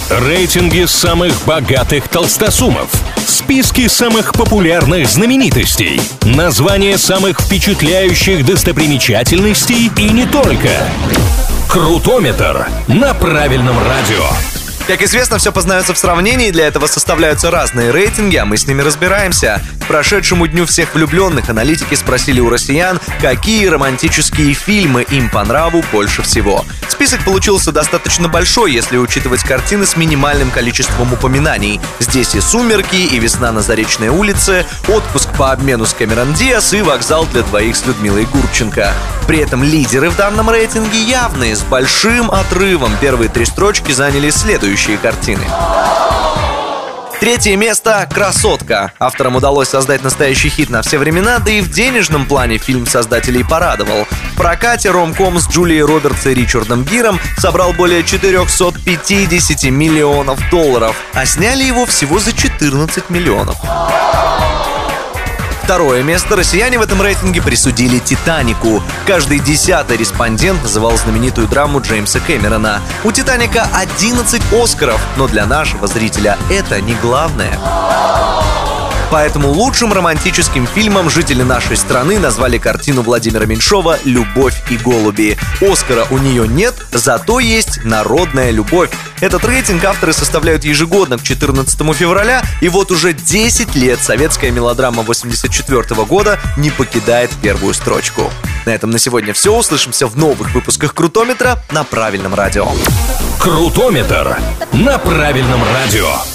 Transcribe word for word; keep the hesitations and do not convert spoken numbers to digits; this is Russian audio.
Рейтинги самых богатых толстосумов. Списки самых популярных знаменитостей. Названия самых впечатляющих достопримечательностей и не только. Крутометр на правильном радио. Как известно, все познается в сравнении, для этого составляются разные рейтинги, а мы с ними разбираемся. К прошедшему дню всех влюбленных аналитики спросили у россиян, какие романтические фильмы им по нраву больше всего. Список получился достаточно большой, если учитывать картины с минимальным количеством упоминаний. Здесь и «Сумерки», и «Весна на Заречной улице», «Отпуск по обмену» с Кэмерон Диаз и «Вокзал для двоих» с Людмилой Гурченко. При этом лидеры в данном рейтинге явные, с большим отрывом. Первые три строчки заняли следующие картины. Третье место — «Красотка». Авторам удалось создать настоящий хит на все времена, да и в денежном плане фильм создателей порадовал. В прокате ромком с Джулией Робертс и Ричардом Гиром собрал более четыреста пятьдесят миллионов долларов, а сняли его всего за четырнадцать миллионов. Второе место россияне в этом рейтинге присудили «Титанику». Каждый десятый респондент называл знаменитую драму Джеймса Кэмерона. У «Титаника» одиннадцать Оскаров, но для нашего зрителя это не главное. Поэтому лучшим романтическим фильмом жители нашей страны назвали картину Владимира Меньшова «Любовь и голуби». Оскара у нее нет, зато есть «Народная любовь». Этот рейтинг авторы составляют ежегодно к четырнадцатому февраля, и вот уже десять лет советская мелодрама восемьдесят четвёртого года не покидает первую строчку. На этом на сегодня все. Услышимся в новых выпусках Крутометра на правильном радио. Крутометр на правильном радио.